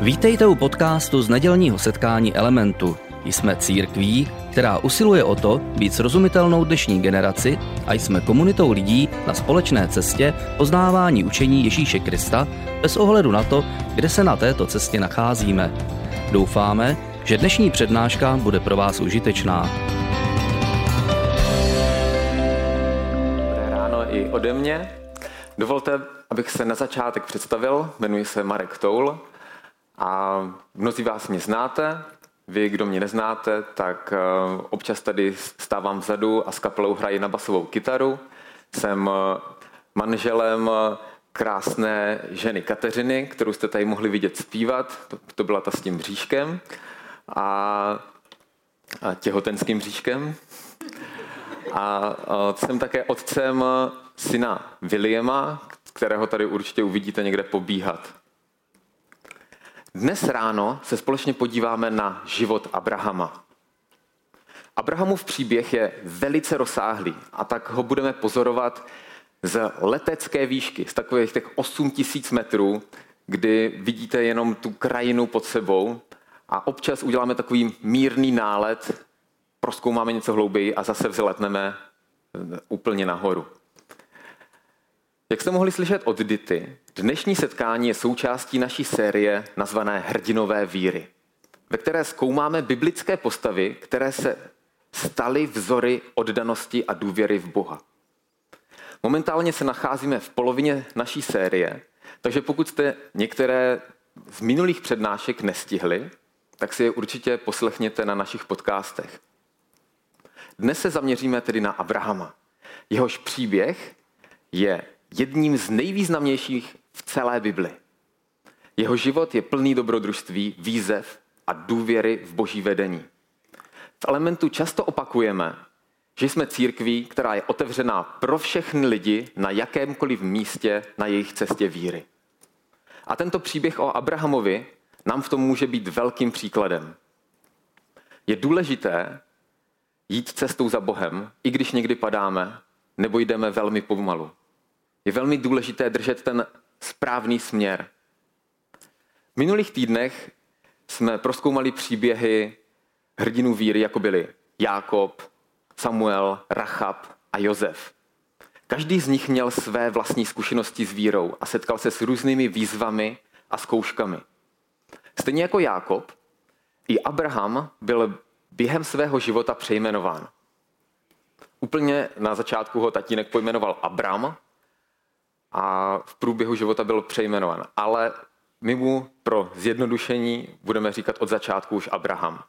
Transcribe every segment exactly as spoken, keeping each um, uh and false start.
Vítejte u podcastu z nedělního setkání Elementu. Jsme církví, která usiluje o to být srozumitelnou dnešní generaci a jsme komunitou lidí na společné cestě poznávání učení Ježíše Krista bez ohledu na to, kde se na této cestě nacházíme. Doufáme, že dnešní přednáška bude pro vás užitečná. Dobré ráno i ode mě. Dovolte, abych se na začátek představil. Jmenuji se Marek Toul a mnozí vás mě znáte. Vy, kdo mě neznáte, tak občas tady stávám vzadu a s kapelou hraji na basovou kytaru. Jsem manželem krásné ženy Kateřiny, kterou jste tady mohli vidět zpívat. To, to byla ta s tím bříškem a, a těhotenským bříškem. A, a jsem také otcem syna Williama, kterého tady určitě uvidíte někde pobíhat. Dnes ráno se společně podíváme na život Abrahama. Abrahamův příběh je velice rozsáhlý a tak ho budeme pozorovat z letecké výšky, z takových těch osm tisíc metrů, kdy vidíte jenom tu krajinu pod sebou a občas uděláme takový mírný nálet, prozkoumáme něco hlouběji a zase vzletneme úplně nahoru. Jak jste mohli slyšet od Dity, dnešní setkání je součástí naší série nazvané Hrdinové víry, ve které zkoumáme biblické postavy, které se staly vzory oddanosti a důvěry v Boha. Momentálně se nacházíme v polovině naší série, takže pokud jste některé z minulých přednášek nestihli, tak si je určitě poslechněte na našich podcastech. Dnes se zaměříme tedy na Abrahama. Jehož příběh je jedním z nejvýznamnějších v celé Bibli. Jeho život je plný dobrodružství, výzev a důvěry v Boží vedení. V Elementu často opakujeme, že jsme církví, která je otevřená pro všechny lidi na jakémkoliv místě na jejich cestě víry. A tento příběh o Abrahamovi nám v tom může být velkým příkladem. Je důležité jít cestou za Bohem, i když někdy padáme, nebo jdeme velmi pomalu. Je velmi důležité držet ten správný směr. V minulých týdnech jsme prozkoumali příběhy hrdinů víry, jako byli Jákob, Samuel, Rachab a Josef. Každý z nich měl své vlastní zkušenosti s vírou a setkal se s různými výzvami a zkouškami. Stejně jako Jákob, i Abraham byl během svého života přejmenován. Úplně na začátku ho tatínek pojmenoval Abram a v průběhu života byl přejmenován. Ale my mu pro zjednodušení budeme říkat od začátku už Abraham.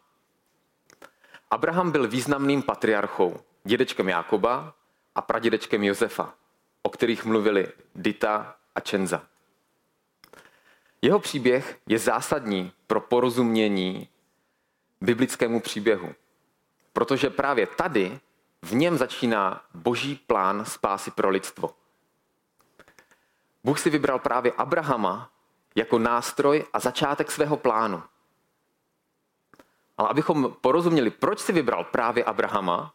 Abraham byl významným patriarchou, dědečkem Jákoba a pradědečkem Josefa, o kterých mluvili Dita a Čenza. Jeho příběh je zásadní pro porozumění biblickému příběhu, protože právě tady v něm začíná Boží plán spásy pro lidstvo. Bůh si vybral právě Abrahama jako nástroj a začátek svého plánu. Ale abychom porozuměli, proč si vybral právě Abrahama,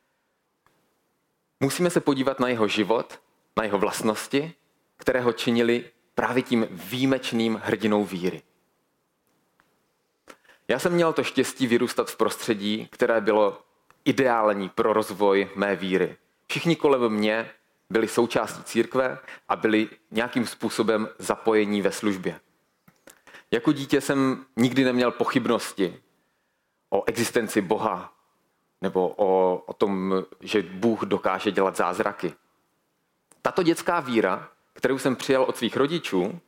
musíme se podívat na jeho život, na jeho vlastnosti, které ho činili právě tím výjimečným hrdinou víry. Já jsem měl to štěstí vyrůstat v prostředí, které bylo ideální pro rozvoj mé víry. Všichni kolem mě byli součástí církve a byli nějakým způsobem zapojení ve službě. Jako dítě jsem nikdy neměl pochybnosti o existenci Boha nebo o, o tom, že Bůh dokáže dělat zázraky. Tato dětská víra, kterou jsem přijal od svých rodičů,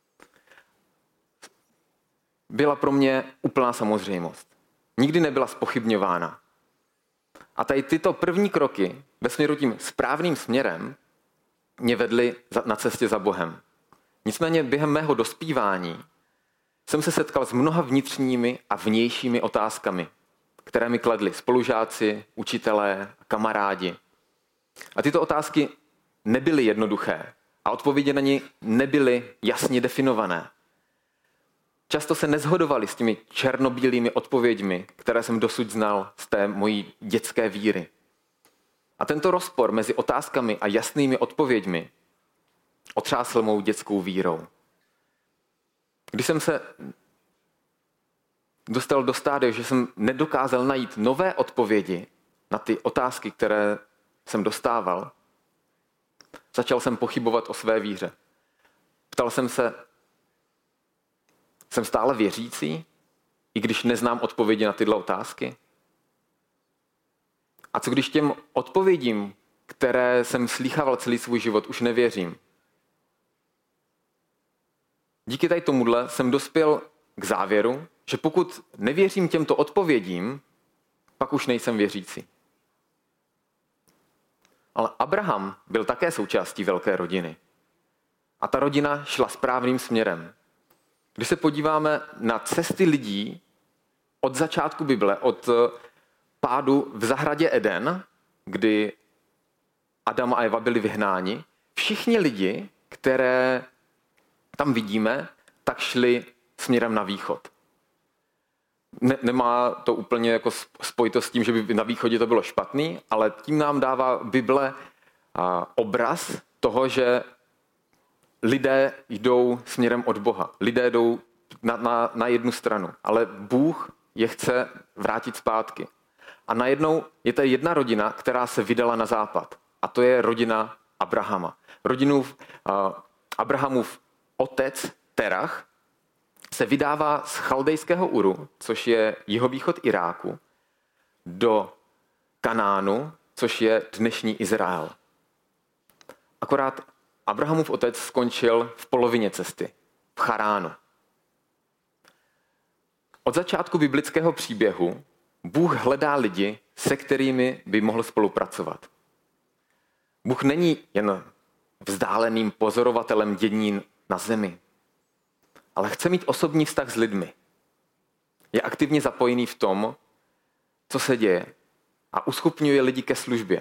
byla pro mě úplná samozřejmost. Nikdy nebyla zpochybňována. A tady tyto první kroky ve směru tím správným směrem mě vedly na cestě za Bohem. Nicméně během mého dospívání jsem se setkal s mnoha vnitřními a vnějšími otázkami, které mi kladli spolužáci, učitelé, kamarádi. A tyto otázky nebyly jednoduché a odpovědi na ně nebyly jasně definované. Často se neshodovaly s těmi černobílými odpověďmi, které jsem dosud znal z té mojí dětské víry. A tento rozpor mezi otázkami a jasnými odpověďmi otřásl mou dětskou vírou. Když jsem se dostal do stádia, že jsem nedokázal najít nové odpovědi na ty otázky, které jsem dostával, začal jsem pochybovat o své víře. Ptal jsem se, jsem stále věřící, i když neznám odpovědi na tyhle otázky? A co když těm odpovědím, které jsem slýchával celý svůj život, už nevěřím? Díky tady tomuhle jsem dospěl k závěru, že pokud nevěřím těmto odpovědím, pak už nejsem věřící. Ale Abraham byl také součástí velké rodiny. A ta rodina šla správným směrem. Když se podíváme na cesty lidí od začátku Bible, od pádu v zahradě Eden, kdy Adam a Eva byli vyhnáni, všichni lidi, které tam vidíme, tak šli směrem na východ. Ne, nemá to úplně jako spojitost s tím, že by na východě to bylo špatný, ale tím nám dává Bible a, obraz toho, že lidé jdou směrem od Boha. Lidé jdou na, na, na jednu stranu, ale Bůh je chce vrátit zpátky. A najednou je tady jedna rodina, která se vydala na západ. A to je rodina Abrahama. Rodinův, uh, Abrahamův otec Terach se vydává z chaldejského Uru, což je jihovýchod Iráku, do Kanánu, což je dnešní Izrael. Akorát Abrahamův otec skončil v polovině cesty, v Charánu. Od začátku biblického příběhu Bůh hledá lidi, se kterými by mohl spolupracovat. Bůh není jen vzdáleným pozorovatelem dění na zemi, ale chce mít osobní vztah s lidmi. Je aktivně zapojený v tom, co se děje a uschopňuje lidi ke službě.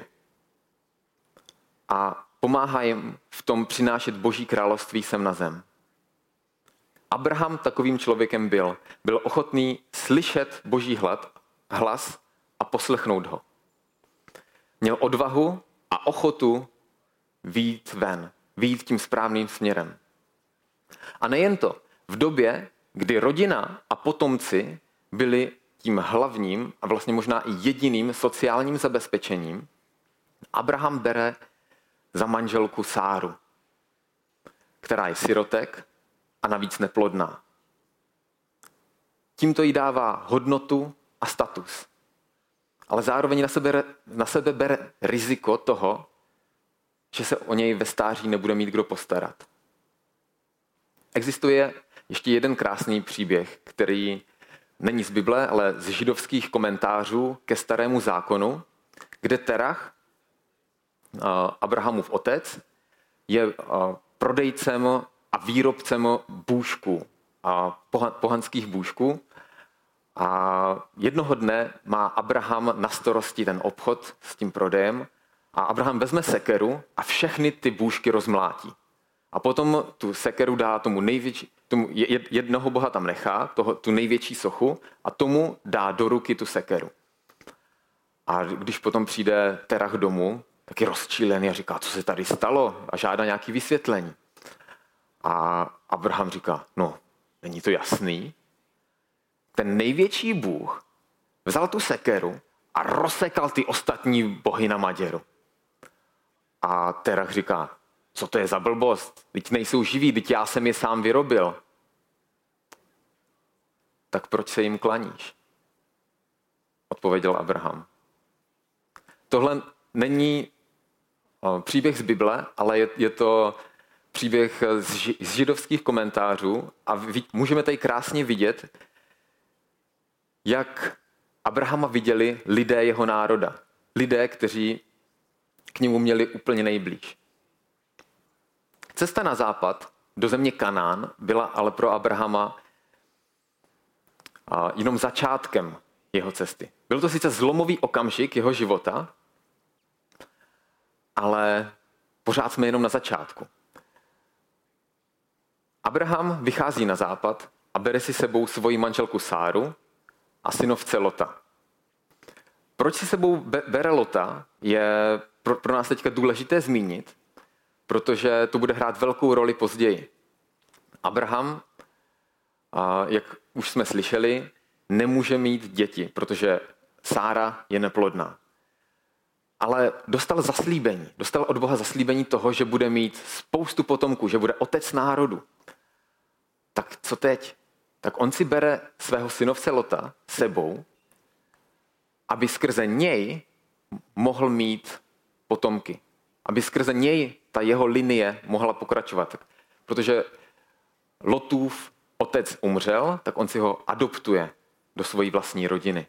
A pomáhá jim v tom přinášet Boží království sem na zem. Abraham takovým člověkem byl. Byl ochotný slyšet Boží hlad, hlas a poslechnout ho. Měl odvahu a ochotu vyjít ven, vyjít tím správným směrem. A nejen to, v době, kdy rodina a potomci byli tím hlavním a vlastně možná i jediným sociálním zabezpečením, Abraham bere za manželku Sáru, která je sirotek a navíc neplodná. Tímto jí dává hodnotu a status. Ale zároveň na sebe, na sebe bere riziko toho, že se o něj ve stáří nebude mít kdo postarat. Existuje ještě jeden krásný příběh, který není z Bible, ale z židovských komentářů ke Starému zákonu, kde Terach, Abrahamův otec, je prodejcem a výrobcem bůžků, a pohanských bůžků. A jednoho dne má Abraham na starosti ten obchod s tím prodejem a Abraham vezme sekeru a všechny ty bůžky rozmlátí. A potom tu sekeru dá tomu největší, tomu jednoho boha tam nechá, toho, tu největší sochu a tomu dá do ruky tu sekeru. A když potom přijde Terach domů, tak je rozčílený a říká, co se tady stalo a žádá nějaké vysvětlení. A Abraham říká, no, není to jasný? Ten největší bůh vzal tu sekeru a rozsekal ty ostatní bohy na maděru. A Terach říká, co to je za blbost? Teď nejsou živí, teď já jsem je sám vyrobil. Tak proč se jim klaníš? Odpověděl Abraham. Tohle není příběh z Bible, ale je, je to příběh z, ži, z židovských komentářů a ví, můžeme tady krásně vidět, jak Abrahama viděli lidé jeho národa. Lidé, kteří k němu měli úplně nejblíž. Cesta na západ do země Kanán byla ale pro Abrahama jenom začátkem jeho cesty. Byl to sice zlomový okamžik jeho života, ale pořád jsme jenom na začátku. Abraham vychází na západ a bere si sebou svoji manželku Sáru a synovce Lota. Proč si sebou bere Lota, je pro, pro nás teďka důležité zmínit, protože to bude hrát velkou roli později. Abraham, jak už jsme slyšeli, nemůže mít děti, protože Sára je neplodná. Ale dostal zaslíbení, dostal od Boha zaslíbení toho, že bude mít spoustu potomků, že bude otec národu. Tak co teď? Tak on si bere svého synovce Lota sebou, aby skrze něj mohl mít potomky. Aby skrze něj ta jeho linie mohla pokračovat. Protože Lotův otec umřel, tak on si ho adoptuje do své vlastní rodiny.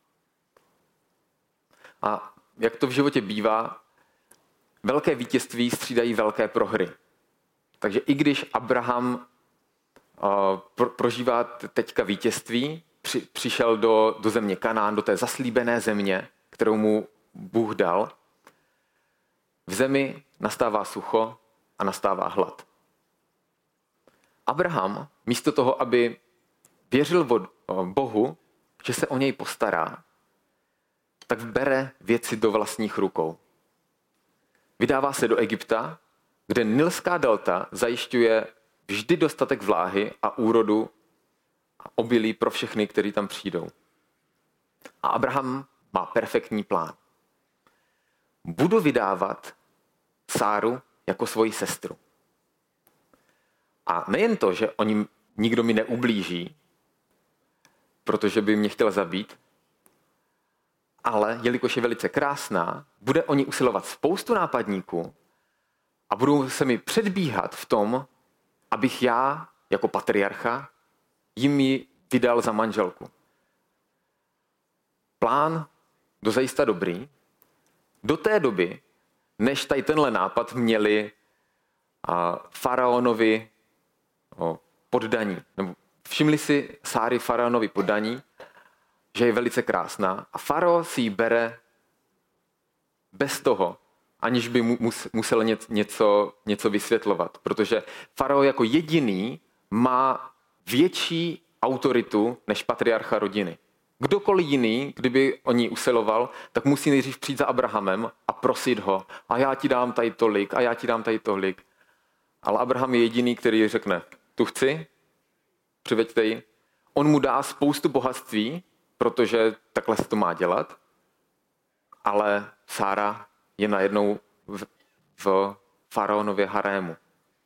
A jak to v životě bývá, velké vítězství střídají velké prohry. Takže i když Abraham uh, pro, prožívá teďka vítězství, při, přišel do, do země Kanán, do té zaslíbené země, kterou mu Bůh dal, v zemi nastává sucho a nastává hlad. Abraham místo toho, aby věřil Bohu, že se o něj postará, tak bere věci do vlastních rukou. Vydává se do Egypta, kde Nilská delta zajišťuje vždy dostatek vláhy a úrodu a obilí pro všechny, kteří tam přijdou. A Abraham má perfektní plán. Budu vydávat Sáru jako svoji sestru. A nejen to, že oni nikdo mi neublíží, protože by mě chtěl zabít, ale jelikož je velice krásná, bude o ní usilovat spoustu nápadníků a budou se mi předbíhat v tom, abych já, jako patriarcha, jim ji vydal za manželku. Plán dozajista dobrý. Do té doby, než tady tenhle nápad měli a, faraonovi o, poddaní. Nebo všimli si Sáry faraonovi poddaní, že je velice krásná a farao si ji bere bez toho, aniž by mu musel něco, něco vysvětlovat. Protože farao jako jediný má větší autoritu než patriarcha rodiny. Kdokoliv jiný, kdyby o ní usiloval, tak musí nejdřív přijít za Abrahamem a prosit ho. A já ti dám tady tolik, a já ti dám tady tolik. Ale Abraham je jediný, který řekne, tu chci, přiveďte ji. On mu dá spoustu bohatství, protože takhle se to má dělat, ale Sára je najednou v, v faraonově harému.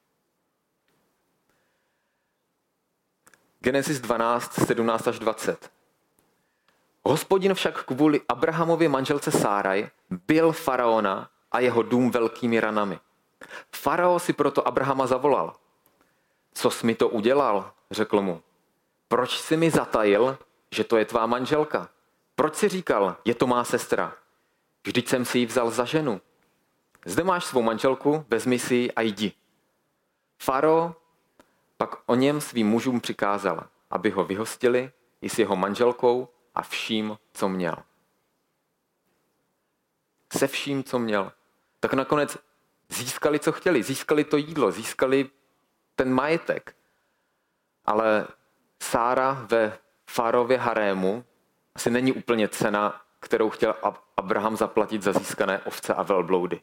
Genesis dvanáct, sedmnáct až dvacet. Hospodin však kvůli Abrahamově manželce Sáraj byl faraona a jeho dům velkými ranami. Farao si proto Abrahama zavolal. Co jsi mi to udělal? Řekl mu. Proč jsi mi zatajil, že to je tvá manželka? Proč jsi říkal, je to má sestra? Vždyť jsem si ji vzal za ženu. Zde máš svou manželku, vezmi si ji a jdi. Farao pak o něm svým mužům přikázal, aby ho vyhostili i s jeho manželkou a vším, co měl. Se vším, co měl. Tak nakonec získali, co chtěli. Získali to jídlo, získali ten majetek. Ale Sára ve faraově harému asi není úplně cena, kterou chtěl Abraham zaplatit za získané ovce a velbloudy.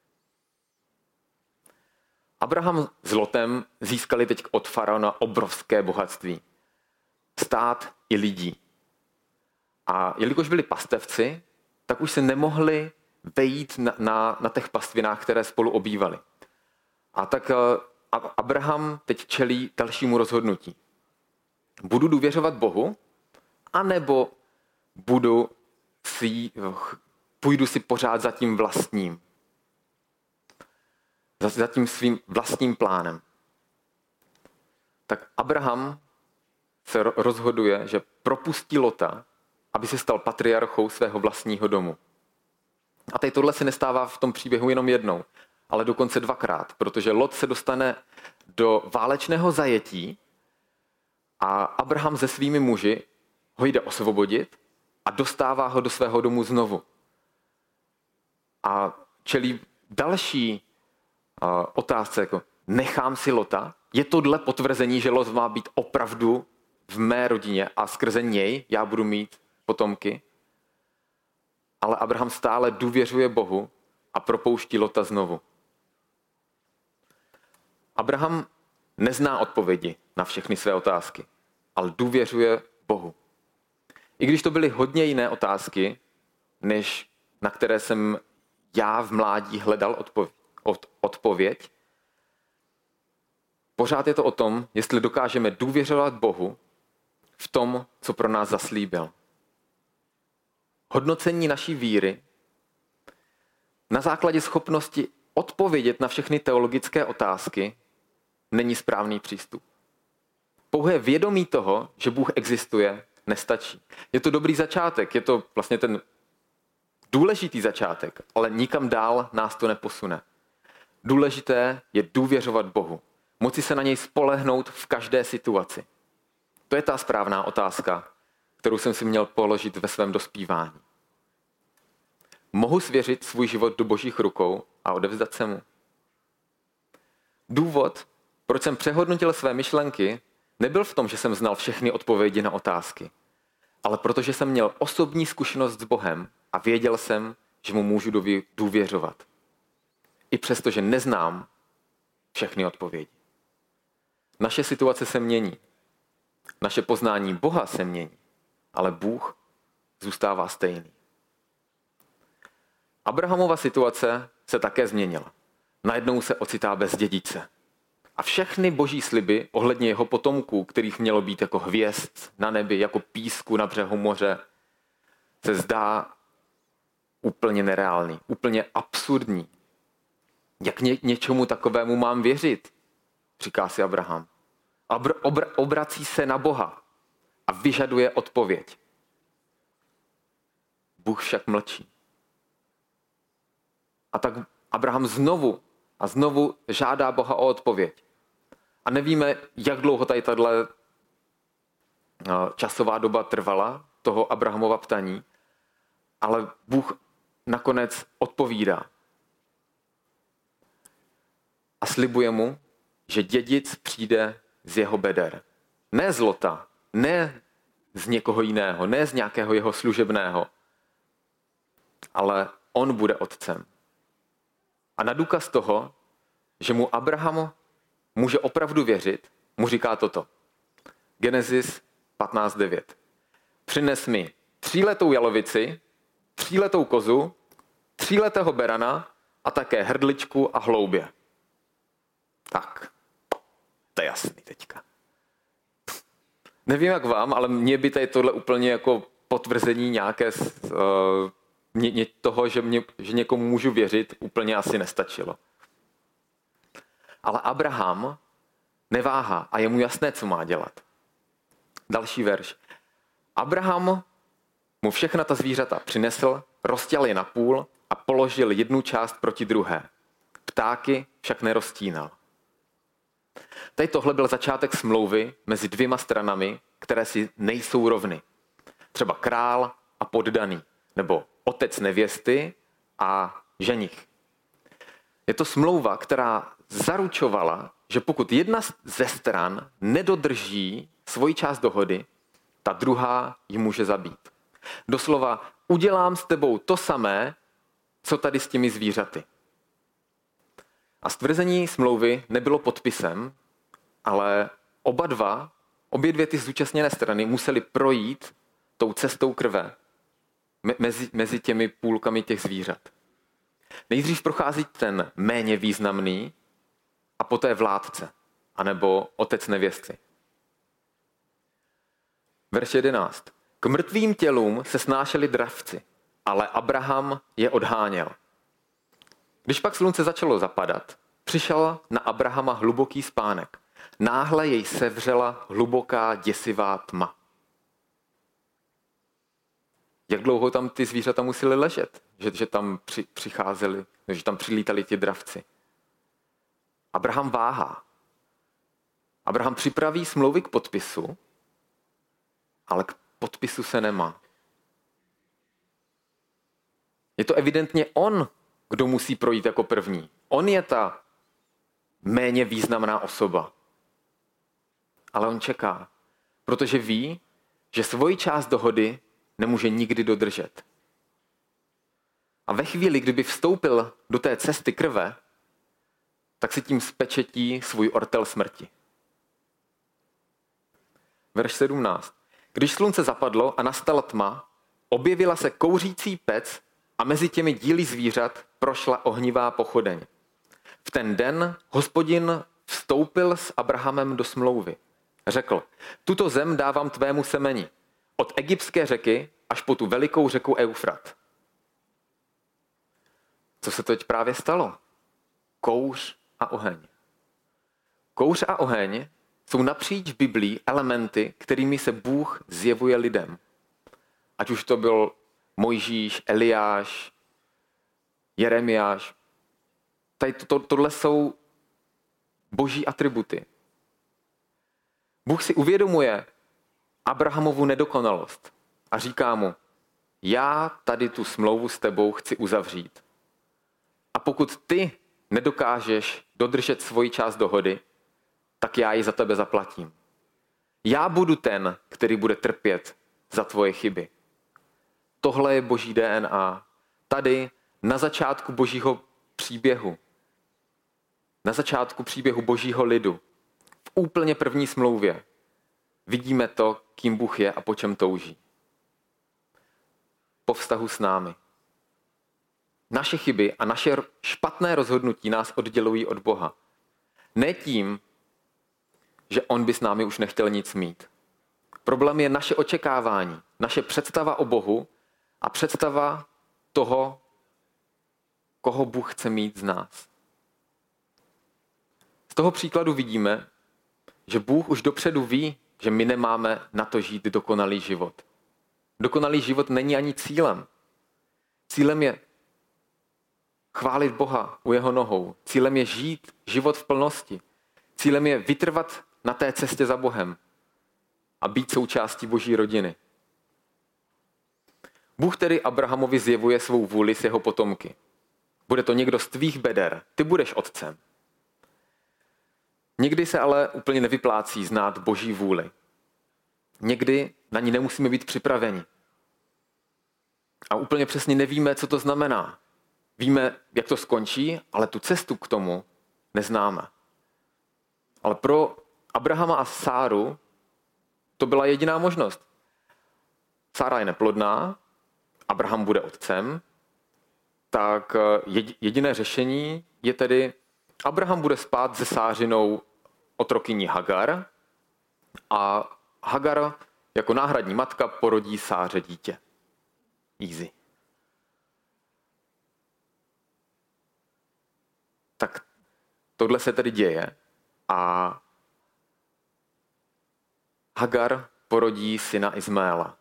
Abraham s Lotem získali teď od faraona obrovské bohatství. Stát i lidí. A jelikož byli pastevci, tak už se nemohli vejít na, na, na těch pastvinách, které spolu obývali. A tak Abraham teď čelí dalšímu rozhodnutí. Budu důvěřovat Bohu, anebo budu si, půjdu si pořád za tím vlastním. Za, za tím svým vlastním plánem. Tak Abraham se rozhoduje, že propustí Lota, aby se stal patriarchou svého vlastního domu. A teď tohle se nestává v tom příběhu jenom jednou, ale dokonce dvakrát, protože Lot se dostane do válečného zajetí a Abraham se svými muži ho jde osvobodit a dostává ho do svého domu znovu. A čelí další uh, otázce, jako nechám si Lota? Je tohle potvrzení, že Lot má být opravdu v mé rodině a skrze něj já budu mít potomky? Ale Abraham stále důvěřuje Bohu a propouští Lota znovu. Abraham nezná odpovědi na všechny své otázky, ale důvěřuje Bohu. I když to byly hodně jiné otázky, než na které jsem já v mládí hledal odpověď, odpověď, pořád je to o tom, jestli dokážeme důvěřovat Bohu v tom, co pro nás zaslíbil. Hodnocení naší víry na základě schopnosti odpovědět na všechny teologické otázky není správný přístup. Pouhé vědomí toho, že Bůh existuje, nestačí. Je to dobrý začátek, je to vlastně ten důležitý začátek, ale nikam dál nás to neposune. Důležité je důvěřovat Bohu. Moci se na něj spolehnout v každé situaci. To je ta správná otázka, kterou jsem si měl položit ve svém dospívání. Mohu svěřit svůj život do Božích rukou a odevzdat se mu? Důvod, proč jsem přehodnotil své myšlenky, nebyl v tom, že jsem znal všechny odpovědi na otázky, ale protože jsem měl osobní zkušenost s Bohem a věděl jsem, že mu můžu důvěřovat. I přesto, že neznám všechny odpovědi. Naše situace se mění. Naše poznání Boha se mění, ale Bůh zůstává stejný. Abrahamova situace se také změnila. Najednou se ocitá bez dědice. A všechny boží sliby ohledně jeho potomků, kterých mělo být jako hvězd na nebi, jako písku na břehu moře, se zdá úplně nereálný, úplně absurdní. Jak ně, něčemu takovému mám věřit, říká si Abraham. Abr, obr, obrací se na Boha a vyžaduje odpověď. Bůh však mlčí. A tak Abraham znovu a znovu žádá Boha o odpověď. A nevíme, jak dlouho tady tato časová doba trvala, toho Abrahamova ptaní, ale Bůh nakonec odpovídá. A slibuje mu, že dědic přijde z jeho beder. Ne z Lota, ne z někoho jiného, ne z nějakého jeho služebného, ale on bude otcem. A na důkaz toho, že mu Abraham může opravdu věřit, mu říká toto. Genesis patnáct devět. Přines mi tříletou jalovici, tříletou kozu, tříletého berana a také hrdličku a hloubě. Tak, to je jasný teďka. Nevím jak vám, ale mně by tady tohle úplně jako potvrzení nějaké uh, ně, ně, toho, že, mě, že někomu můžu věřit, úplně asi nestačilo. Ale Abraham neváhá a je mu jasné, co má dělat. Další verš. Abraham mu všechna ta zvířata přinesl, roztěl je na půl a položil jednu část proti druhé. Ptáky však neroztínal. Tady tohle byl začátek smlouvy mezi dvěma stranami, které si nejsou rovny. Třeba král a poddaný, nebo otec nevěsty a ženich. Je to smlouva, která zaručovala, že pokud jedna ze stran nedodrží svoji část dohody, ta druhá ji může zabít. Doslova, udělám s tebou to samé, co tady s těmi zvířaty. A stvrzení smlouvy nebylo podpisem, ale oba dva, obě dvě ty zúčastněné strany musely projít tou cestou krve mezi, mezi těmi půlkami těch zvířat. Nejdřív prochází ten méně významný a poté vládce, anebo otec nevěsty. Verš jedenáct. K mrtvým tělům se snášeli dravci, ale Abraham je odháněl. Když pak slunce začalo zapadat, přišel na Abrahama hluboký spánek. Náhle jej sevřela hluboká děsivá tma. Jak dlouho tam ty zvířata museli ležet, že, že tam při, přicházeli, že tam přilítali ti dravci. Abraham váhá. Abraham připraví smlouvy k podpisu, ale k podpisu se nemá. Je to evidentně on, kdo musí projít jako první. On je ta méně významná osoba. Ale on čeká, protože ví, že svoji část dohody nemůže nikdy dodržet. A ve chvíli, kdyby vstoupil do té cesty krve, tak si tím spečetí svůj ortel smrti. Verš sedmnáct. Když slunce zapadlo a nastala tma, objevila se kouřící pec a mezi těmi díly zvířat prošla ohnivá pochodeň. V ten den Hospodin vstoupil s Abrahamem do smlouvy. Řekl, tuto zem dávám tvému semeni, od egyptské řeky až po tu velikou řeku Eufrat. Co se teď právě stalo? Kouř a oheň. Kouř a oheň jsou napříč Biblii elementy, kterými se Bůh zjevuje lidem. Ať už to byl Mojžíš, Eliáš, Jeremiáš. Tady to, to, tohle jsou boží atributy. Bůh si uvědomuje Abrahamovu nedokonalost a říká mu, já tady tu smlouvu s tebou chci uzavřít. A pokud ty nedokážeš dodržet svoji část dohody, tak já ji za tebe zaplatím. Já budu ten, který bude trpět za tvoje chyby. Tohle je boží D N A. Tady na začátku božího příběhu. Na začátku příběhu božího lidu. V úplně první smlouvě vidíme to, kým Bůh je a po čem touží. Po vztahu s námi. Naše chyby a naše špatné rozhodnutí nás oddělují od Boha. Ne tím, že on by s námi už nechtěl nic mít. Problém je naše očekávání, naše představa o Bohu a představa toho, koho Bůh chce mít z nás. Z toho příkladu vidíme, že Bůh už dopředu ví, že my nemáme na to žít dokonalý život. Dokonalý život není ani cílem. Cílem je chválit Boha u jeho nohou. Cílem je žít život v plnosti. Cílem je vytrvat na té cestě za Bohem a být součástí boží rodiny. Bůh tedy Abrahamovi zjevuje svou vůli s jeho potomky. Bude to někdo z tvých beder, ty budeš otcem. Někdy se ale úplně nevyplácí znát boží vůli. Někdy na ní nemusíme být připraveni. A úplně přesně nevíme, co to znamená. Víme, jak to skončí, ale tu cestu k tomu neznáme. Ale pro Abrahama a Sáru to byla jediná možnost. Sára je neplodná, Abraham bude otcem, tak jediné řešení je tedy, Abraham bude spát se Sářinou otrokyní Hagar a Hagar jako náhradní matka porodí Sáře dítě. Easy. Tak tohle se tedy děje a Hagar porodí syna Izmaela.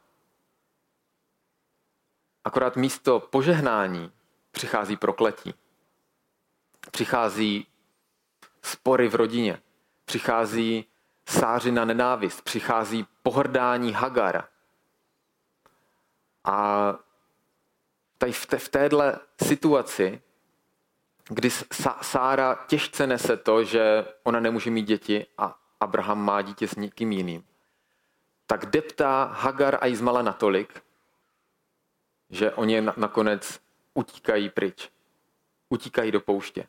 Akorát místo požehnání přichází prokletí. Přichází spory v rodině. Přichází Sářina nenávist. Přichází pohrdání Hagar. A tady v, té, v téhle situaci, kdy Sára těžce nese to, že ona nemůže mít děti a Abraham má dítě s někým jiným, tak deptá Hagar a Izmaela natolik, že oni nakonec utíkají pryč. Utíkají do pouště.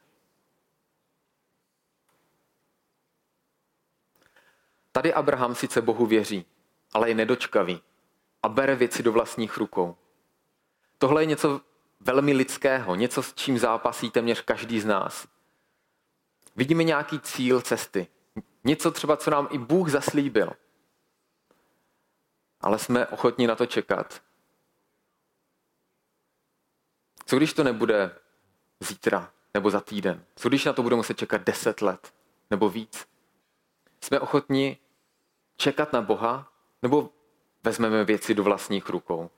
Tady Abraham sice Bohu věří, ale je nedočkavý a bere věci do vlastních rukou. Tohle je něco velmi lidského, něco, s čím zápasí téměř každý z nás. Vidíme nějaký cíl cesty. Něco třeba, co nám i Bůh zaslíbil. Ale jsme ochotní na to čekat. Co když to nebude zítra nebo za týden? Co když na to budeme muset čekat deset let nebo víc? Jsme ochotní čekat na Boha nebo vezmeme věci do vlastních rukou?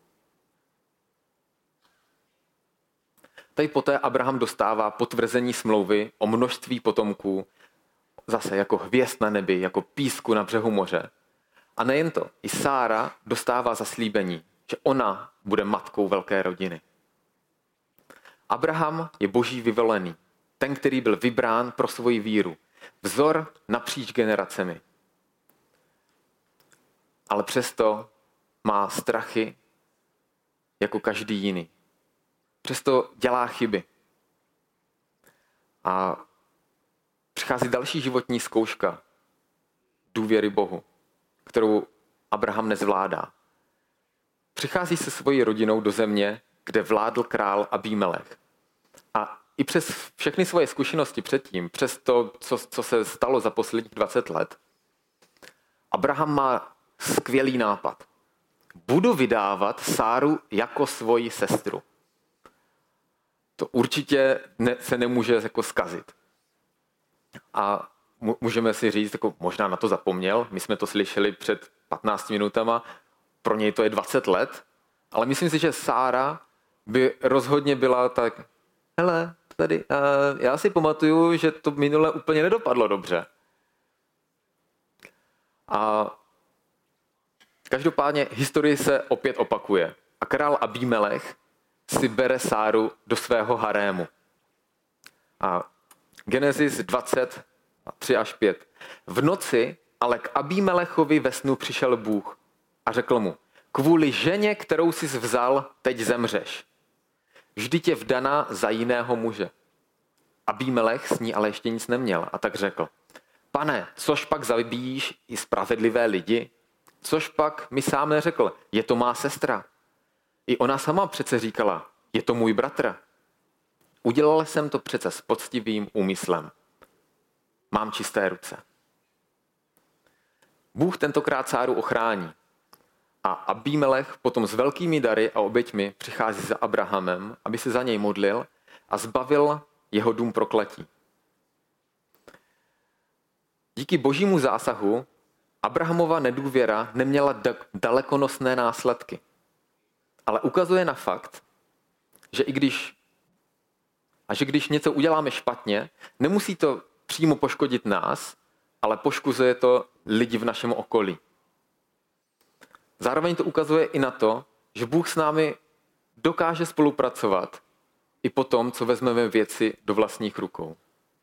Tady poté Abraham dostává potvrzení smlouvy o množství potomků, zase jako hvězd na nebi, jako písku na břehu moře. A nejen to, i Sára dostává zaslíbení, že ona bude matkou velké rodiny. Abraham je boží vyvolený, ten, který byl vybrán pro svoji víru, vzor napříč generacemi. Ale přesto má strachy jako každý jiný. Přesto dělá chyby. A přichází další životní zkouška důvěry Bohu, kterou Abraham nezvládá. Přichází se svojí rodinou do země, kde vládl král Abímelech. A i přes všechny svoje zkušenosti předtím, přes to, co, co se stalo za posledních dvacet let, Abraham má skvělý nápad. Budu vydávat Sáru jako svoji sestru. To určitě ne, se nemůže jako zkazit. A můžeme si říct, jako možná na to zapomněl, my jsme to slyšeli před patnácti minutama, pro něj to je dvacet let, ale myslím si, že Sára by rozhodně byla tak, hele, tady, uh, já si pamatuju, že to minule úplně nedopadlo dobře. A každopádně historie se opět opakuje. A král Abímelech si bere Sáru do svého harému. A Genesis dvacet, tři až pět. V noci ale k Abímelechovi ve snu přišel Bůh a řekl mu, kvůli ženě, kterou jsi vzal, teď zemřeš. Vždyť je vdaná za jiného muže. Abímelech s ní ale ještě nic neměl a tak řekl, pane, což pak zabíjíš i spravedlivé lidi? Což pak mi sám neřekl, je to má sestra. I ona sama přece říkala, je to můj bratr. Udělal jsem to přece s poctivým úmyslem. Mám čisté ruce. Bůh tentokrát Sáru ochrání. A Abímelech potom s velkými dary a oběťmi přichází za Abrahamem, aby se za něj modlil a zbavil jeho dům prokletí. Díky božímu zásahu Abrahamova nedůvěra neměla dalekonosné následky. Ale ukazuje na fakt, že i když a že když něco uděláme špatně, nemusí to přímo poškodit nás, ale poškozuje to lidi v našem okolí. Zároveň to ukazuje i na to, že Bůh s námi dokáže spolupracovat i po tom, co vezmeme věci do vlastních rukou.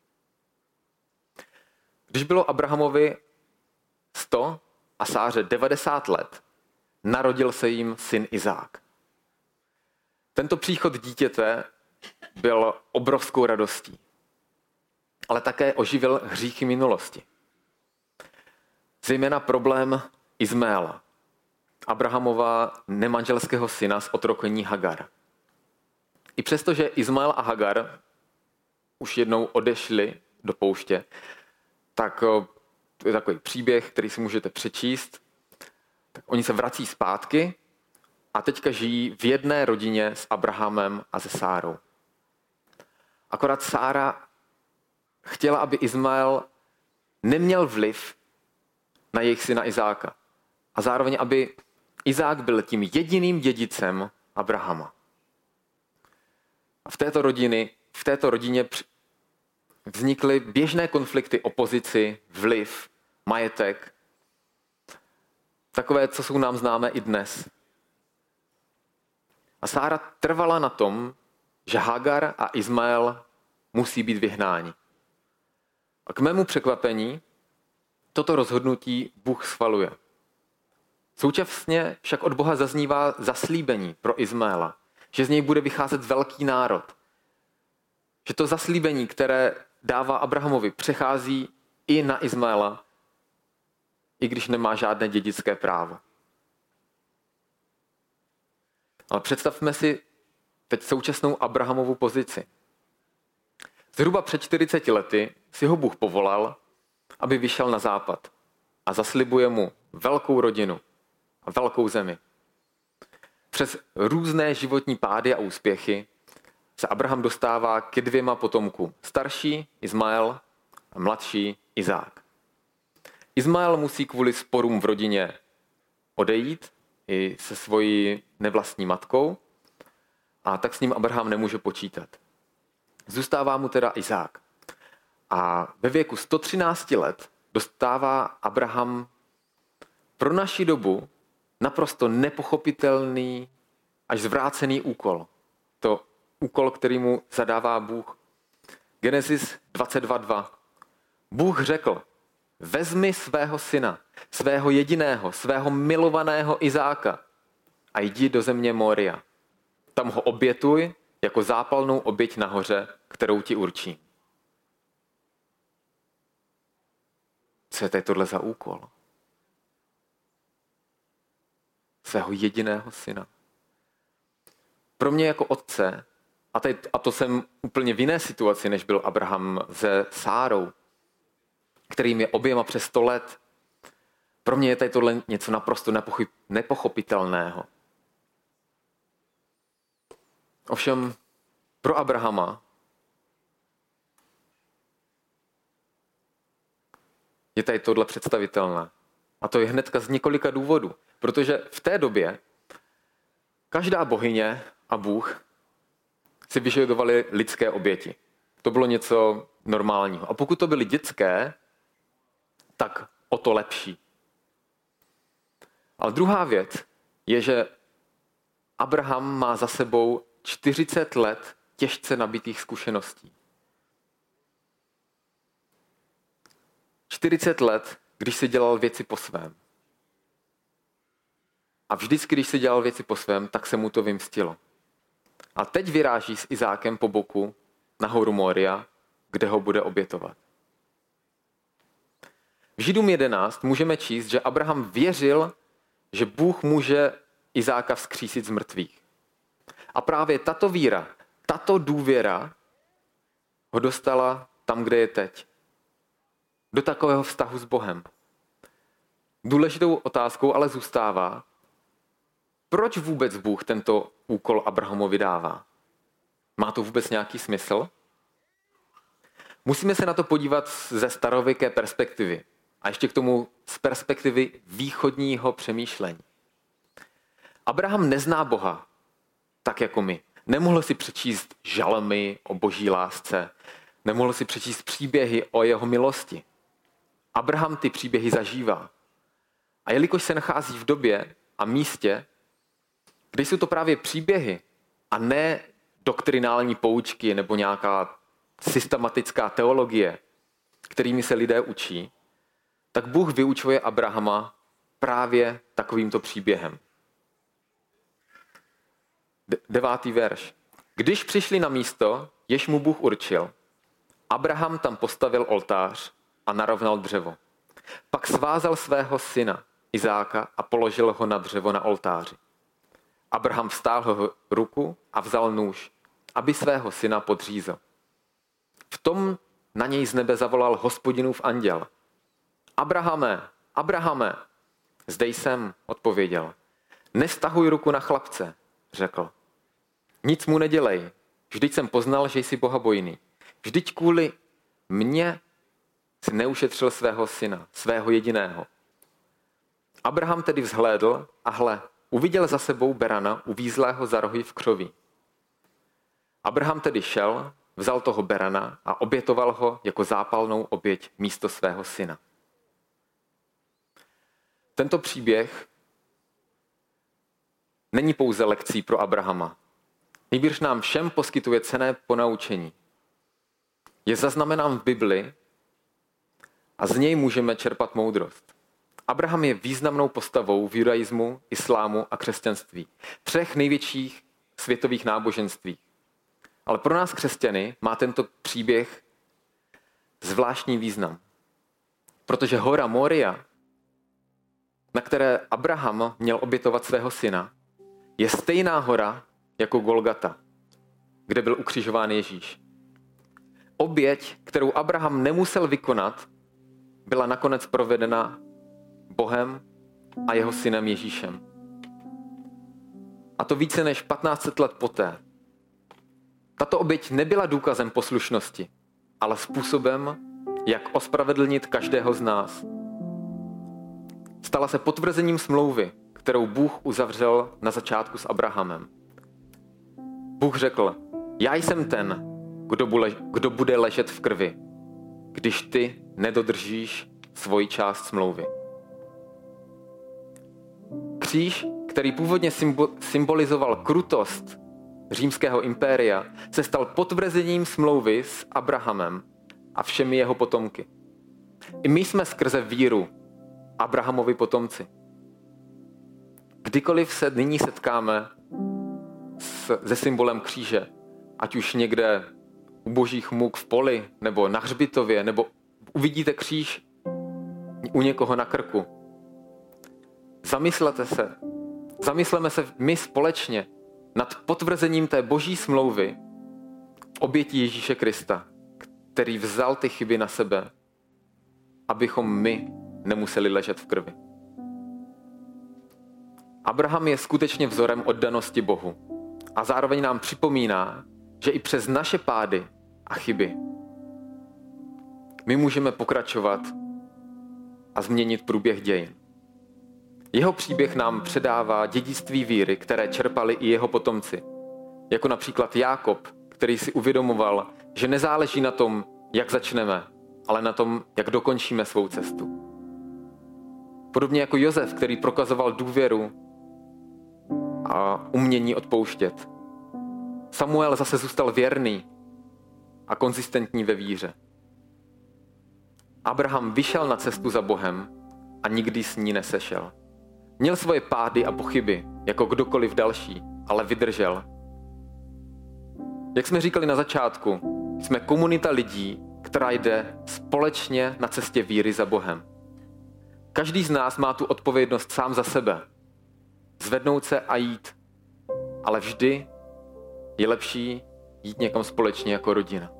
Když bylo Abrahamovi sto a Sáře devadesát let, narodil se jim syn Izák. Tento příchod dítěte byl obrovskou radostí, ale také oživil hříchy minulosti. Zejména problém Izmaela, Abrahamova nemanželského syna z otrokení Hagar. I přesto, že Izmael a Hagar už jednou odešli do pouště, tak to je takový příběh, který si můžete přečíst. Tak oni se vrací zpátky a teďka žijí v jedné rodině s Abrahamem a se Sárou. Akorát Sára chtěla, aby Izmael neměl vliv na jejich syna Izáka. A zároveň, aby Izák byl tím jediným dědicem Abrahama. A v této, rodiny, v této rodině vznikly běžné konflikty, opozici, vliv, majetek. Takové, co jsou nám známé i dnes. A Sára trvala na tom, že Hagar a Izmael musí být vyhnáni. A k mému překvapení toto rozhodnutí Bůh schvaluje. Současně však od Boha zaznívá zaslíbení pro Izmaela, že z něj bude vycházet velký národ. Že to zaslíbení, které dává Abrahamovi, přechází i na Izmaela, i když nemá žádné dědické právo. Ale představme si teď současnou Abrahamovu pozici. Zhruba před čtyřiceti lety si ho Bůh povolal, aby vyšel na západ a zaslibuje mu velkou rodinu a velkou zemi. Přes různé životní pády a úspěchy se Abraham dostává ke dvěma potomkům. Starší Izmael a mladší Izák. Izmael musí kvůli sporům v rodině odejít i se svojí nevlastní matkou a tak s ním Abraham nemůže počítat. Zůstává mu teda Izák. A ve věku sto třináct let dostává Abraham pro naši dobu naprosto nepochopitelný až zvrácený úkol. To úkol, který mu zadává Bůh. Genesis dvacet dva dva. Bůh řekl, vezmi svého syna, svého jediného, svého milovaného Izáka a jdi do země Moria. Tam ho obětuj jako zápalnou oběť nahoře, kterou ti určím. Co je tady tohle za úkol? svého jediného syna. Pro mě jako otce, a, teď, a to jsem úplně v jiné situaci, než byl Abraham se Sárou, kterým je oběma přes sto let, pro mě je tady tohle něco naprosto nepochopitelného. Ovšem pro Abrahama je tady tohle představitelné. A to je hnedka z několika důvodů. Protože v té době každá bohyně a Bůh si vyžadovali lidské oběti. To bylo něco normálního. A pokud to byly dětské, tak o to lepší. Ale druhá věc je, že Abraham má za sebou čtyřicet let těžce nabitých zkušeností. čtyřicet let, když si dělal věci po svém. A vždycky, když si dělal věci po svém, tak se mu to vymstilo. A teď vyráží s Izákem po boku na horu Moria, kde ho bude obětovat. V Židům jedenáct můžeme číst, že Abraham věřil, že Bůh může Izáka vzkřísit z mrtvých. A právě tato víra, tato důvěra ho dostala tam, kde je teď. Do takového vztahu s Bohem. Důležitou otázkou ale zůstává, proč vůbec Bůh tento úkol Abrahamovi dává? Má to vůbec nějaký smysl? Musíme se na to podívat ze starověké perspektivy. A ještě k tomu z perspektivy východního přemýšlení. Abraham nezná Boha tak jako my. Nemohl si přečíst žalmy o boží lásce. Nemohl si přečíst příběhy o jeho milosti. Abraham ty příběhy zažívá. A jelikož se nachází v době a místě, kde jsou to právě příběhy a ne doktrinální poučky nebo nějaká systematická teologie, kterými se lidé učí, tak Bůh vyučuje Abrahama právě takovýmto příběhem. Devátý verš. Když přišli na místo, jež mu Bůh určil, Abraham tam postavil oltář a narovnal dřevo. Pak svázal svého syna Izáka a položil ho na dřevo na oltáři. Abraham vztáhl ruku a vzal nůž, aby svého syna podřízl. V tom na něj z nebe zavolal Hospodinův anděl. Abrahame, Abrahame, zde jsem, odpověděl. Nestahuj ruku na chlapce, řekl. Nic mu nedělej, vždyť jsem poznal, že jsi bohabojný. Vždyť kvůli mně si neušetřil svého syna, svého jediného. Abraham tedy vzhlédl a hle, uviděl za sebou berana uvízlého za rohy v křoví. Abraham tedy šel, vzal toho berana a obětoval ho jako zápalnou oběť místo svého syna. Tento příběh není pouze lekcí pro Abrahama. Nýbrž nám všem poskytuje cenné ponaučení. Je zaznamenán v Bibli a z něj můžeme čerpat moudrost. Abraham je významnou postavou v judaismu, islámu a křesťanství. Třech největších světových náboženství. Ale pro nás křesťany má tento příběh zvláštní význam. Protože hora Moria, na které Abraham měl obětovat svého syna, je stejná hora jako Golgata, kde byl ukřižován Ježíš. Oběť, kterou Abraham nemusel vykonat, byla nakonec provedena Bohem a jeho synem Ježíšem. A to více než patnáct set let poté. Tato oběť nebyla důkazem poslušnosti, ale způsobem, jak ospravedlnit každého z nás. Stala se potvrzením smlouvy, kterou Bůh uzavřel na začátku s Abrahamem. Bůh řekl, já jsem ten, kdo bude, kdo bude ležet v krvi, když ty nedodržíš svoji část smlouvy. Kříž, který původně symbolizoval krutost římského impéria, se stal potvrzením smlouvy s Abrahamem a všemi jeho potomky. I my jsme skrze víru Abrahamovi potomci. Kdykoliv se nyní setkáme s, se symbolem kříže, ať už někde u božích muk v poli, nebo na hřbitově, nebo uvidíte kříž u někoho na krku, zamyslete se, zamysleme se my společně nad potvrzením té boží smlouvy v oběti Ježíše Krista, který vzal ty chyby na sebe, abychom my nemuseli ležet v krvi. Abraham je skutečně vzorem oddanosti Bohu a zároveň nám připomíná, že i přes naše pády a chyby my můžeme pokračovat a změnit průběh dějin. Jeho příběh nám předává dědictví víry, které čerpali i jeho potomci. Jako například Jákob, který si uvědomoval, že nezáleží na tom, jak začneme, ale na tom, jak dokončíme svou cestu. Podobně jako Josef, který prokazoval důvěru a umění odpouštět. Samuel zase zůstal věrný a konzistentní ve víře. Abraham vyšel na cestu za Bohem a nikdy s ní nesešel. Měl svoje pády a pochyby, jako kdokoliv další, ale vydržel. Jak jsme říkali na začátku, jsme komunita lidí, která jde společně na cestě víry za Bohem. Každý z nás má tu odpovědnost sám za sebe. Zvednout se a jít. Ale vždy je lepší jít někam společně jako rodina.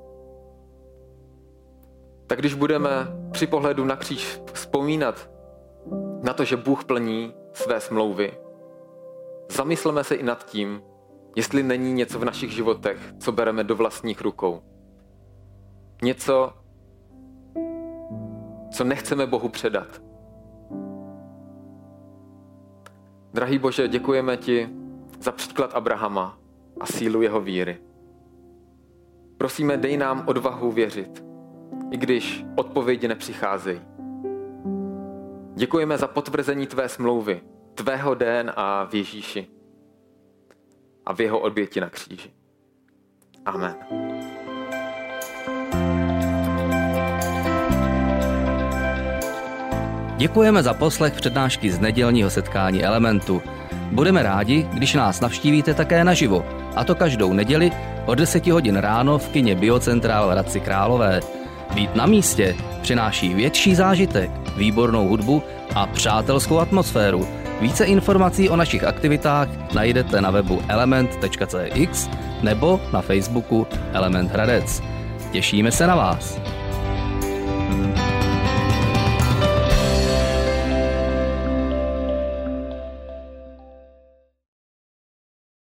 Tak když budeme při pohledu na kříž vzpomínat na to, že Bůh plní své smlouvy, zamysleme se i nad tím, jestli není něco v našich životech, co bereme do vlastních rukou. Něco, co nechceme Bohu předat. Drahý Bože, děkujeme ti za příklad Abrahama a sílu jeho víry. Prosíme, dej nám odvahu věřit, i když odpovědi nepřicházejí. Děkujeme za potvrzení tvé smlouvy, tvého D N A v Ježíši a v jeho oběti na kříži. Amen. Děkujeme za poslech přednášky z nedělního setkání Elementu. Budeme rádi, když nás navštívíte také naživo, a to každou neděli od deseti hodin ráno v kině Biocentrál v Hradci Králové. Být na místě přináší větší zážitek, výbornou hudbu a přátelskou atmosféru. Více informací o našich aktivitách najdete na webu element tečka cé x nebo na Facebooku Element Hradec. Těšíme se na vás.